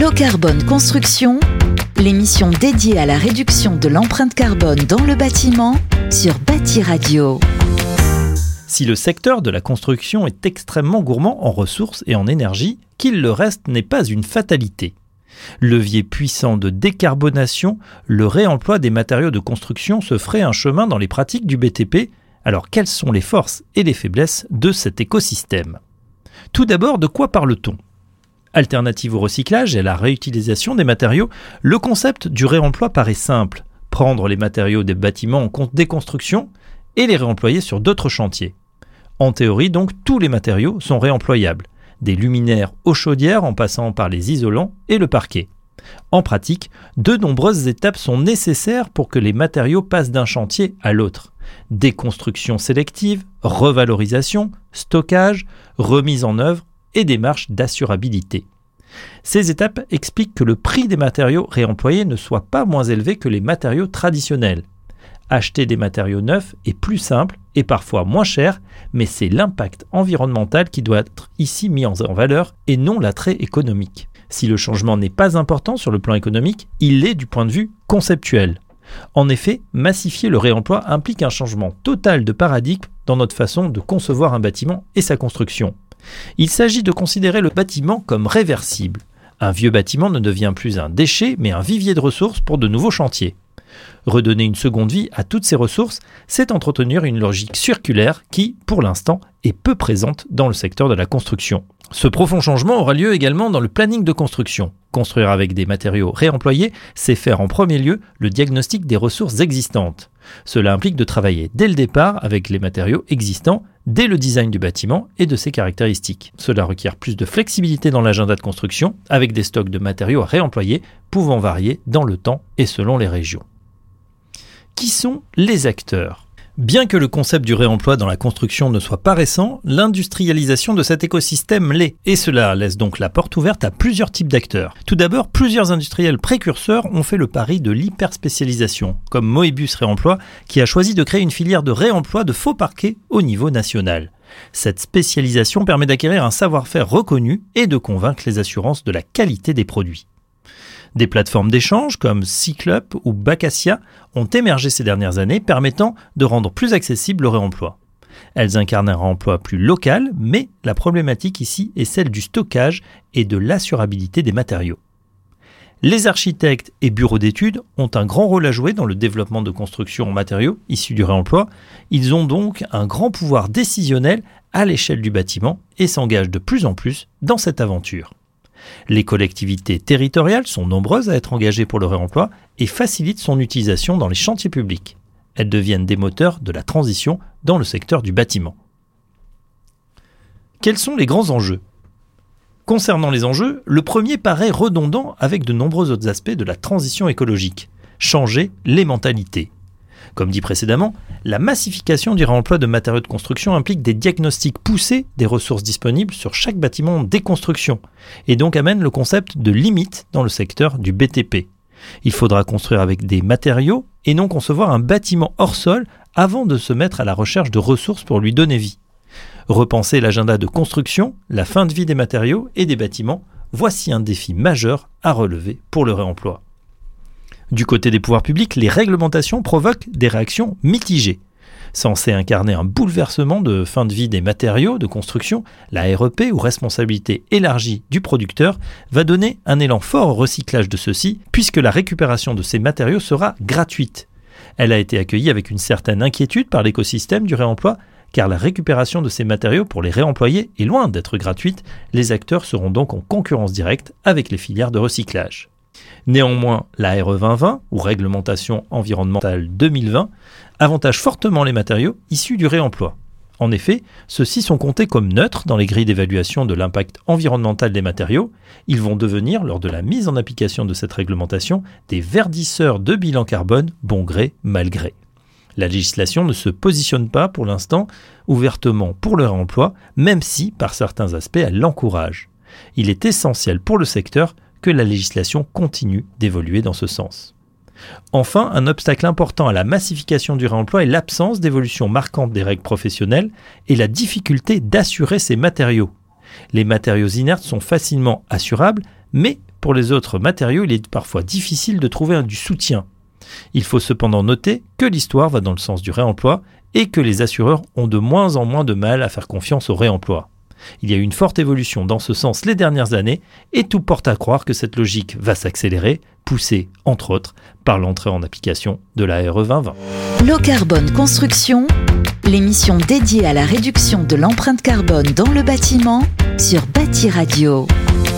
Low Carbone Construction, l'émission dédiée à la réduction de l'empreinte carbone dans le bâtiment sur Bâti Radio. Si le secteur de la construction est extrêmement gourmand en ressources et en énergie, qu'il le reste n'est pas une fatalité. Levier puissant de décarbonation, le réemploi des matériaux de construction se ferait un chemin dans les pratiques du BTP. Alors quelles sont les forces et les faiblesses de cet écosystème ? Tout d'abord, de quoi parle-t-on ? Alternative au recyclage et à la réutilisation des matériaux, le concept du réemploi paraît simple. Prendre les matériaux des bâtiments en déconstruction et les réemployer sur d'autres chantiers. En théorie, donc, tous les matériaux sont réemployables, des luminaires aux chaudières en passant par les isolants et le parquet. En pratique, de nombreuses étapes sont nécessaires pour que les matériaux passent d'un chantier à l'autre. Déconstruction sélective, revalorisation, stockage, remise en œuvre et démarche d'assurabilité. Ces étapes expliquent que le prix des matériaux réemployés ne soit pas moins élevé que les matériaux traditionnels. Acheter des matériaux neufs est plus simple et parfois moins cher, mais c'est l'impact environnemental qui doit être ici mis en valeur et non l'attrait économique. Si le changement n'est pas important sur le plan économique, il l'est du point de vue conceptuel. En effet, massifier le réemploi implique un changement total de paradigme dans notre façon de concevoir un bâtiment et sa construction. Il s'agit de considérer le bâtiment comme réversible. Un vieux bâtiment ne devient plus un déchet, mais un vivier de ressources pour de nouveaux chantiers. Redonner une seconde vie à toutes ces ressources, c'est entretenir une logique circulaire qui, pour l'instant, est peu présente dans le secteur de la construction. Ce profond changement aura lieu également dans le planning de construction. Construire avec des matériaux réemployés, c'est faire en premier lieu le diagnostic des ressources existantes. Cela implique de travailler dès le départ avec les matériaux existants, dès le design du bâtiment et de ses caractéristiques. Cela requiert plus de flexibilité dans l'agenda de construction, avec des stocks de matériaux à réemployer pouvant varier dans le temps et selon les régions. Qui sont les acteurs ? Bien que le concept du réemploi dans la construction ne soit pas récent, l'industrialisation de cet écosystème l'est. Et cela laisse donc la porte ouverte à plusieurs types d'acteurs. Tout d'abord, plusieurs industriels précurseurs ont fait le pari de l'hyperspécialisation, comme Moebius Réemploi, qui a choisi de créer une filière de réemploi de faux parquets au niveau national. Cette spécialisation permet d'acquérir un savoir-faire reconnu et de convaincre les assurances de la qualité des produits. Des plateformes d'échange comme Cyclup ou Bacassia ont émergé ces dernières années, permettant de rendre plus accessible le réemploi. Elles incarnent un réemploi plus local, mais la problématique ici est celle du stockage et de l'assurabilité des matériaux. Les architectes et bureaux d'études ont un grand rôle à jouer dans le développement de constructions en matériaux issus du réemploi. Ils ont donc un grand pouvoir décisionnel à l'échelle du bâtiment et s'engagent de plus en plus dans cette aventure. Les collectivités territoriales sont nombreuses à être engagées pour le réemploi et facilitent son utilisation dans les chantiers publics. Elles deviennent des moteurs de la transition dans le secteur du bâtiment. Quels sont les grands enjeux ? Concernant les enjeux, le premier paraît redondant avec de nombreux autres aspects de la transition écologique. Changer les mentalités. Comme dit précédemment, la massification du réemploi de matériaux de construction implique des diagnostics poussés des ressources disponibles sur chaque bâtiment en déconstruction et donc amène le concept de limite dans le secteur du BTP. Il faudra construire avec des matériaux et non concevoir un bâtiment hors sol avant de se mettre à la recherche de ressources pour lui donner vie. Repenser l'agenda de construction, la fin de vie des matériaux et des bâtiments, voici un défi majeur à relever pour le réemploi. Du côté des pouvoirs publics, les réglementations provoquent des réactions mitigées. Censée incarner un bouleversement de fin de vie des matériaux de construction, la REP, ou responsabilité élargie du producteur, va donner un élan fort au recyclage de ceux-ci, puisque la récupération de ces matériaux sera gratuite. Elle a été accueillie avec une certaine inquiétude par l'écosystème du réemploi, car la récupération de ces matériaux pour les réemployer est loin d'être gratuite. Les acteurs seront donc en concurrence directe avec les filières de recyclage. Néanmoins, la RE 2020, ou Réglementation environnementale 2020, avantage fortement les matériaux issus du réemploi. En effet, ceux-ci sont comptés comme neutres dans les grilles d'évaluation de l'impact environnemental des matériaux. Ils vont devenir, lors de la mise en application de cette réglementation, des verdisseurs de bilan carbone, bon gré, mal gré. La législation ne se positionne pas, pour l'instant, ouvertement pour le réemploi, même si, par certains aspects, elle l'encourage. Il est essentiel pour le secteur que la législation continue d'évoluer dans ce sens. Enfin, un obstacle important à la massification du réemploi est l'absence d'évolution marquante des règles professionnelles et la difficulté d'assurer ces matériaux. Les matériaux inertes sont facilement assurables, mais pour les autres matériaux, il est parfois difficile de trouver du soutien. Il faut cependant noter que l'histoire va dans le sens du réemploi et que les assureurs ont de moins en moins de mal à faire confiance au réemploi. Il y a eu une forte évolution dans ce sens les dernières années et tout porte à croire que cette logique va s'accélérer, poussée, entre autres, par l'entrée en application de la RE 2020. Low Carbone Construction, l'émission dédiée à la réduction de l'empreinte carbone dans le bâtiment sur Bâti Radio.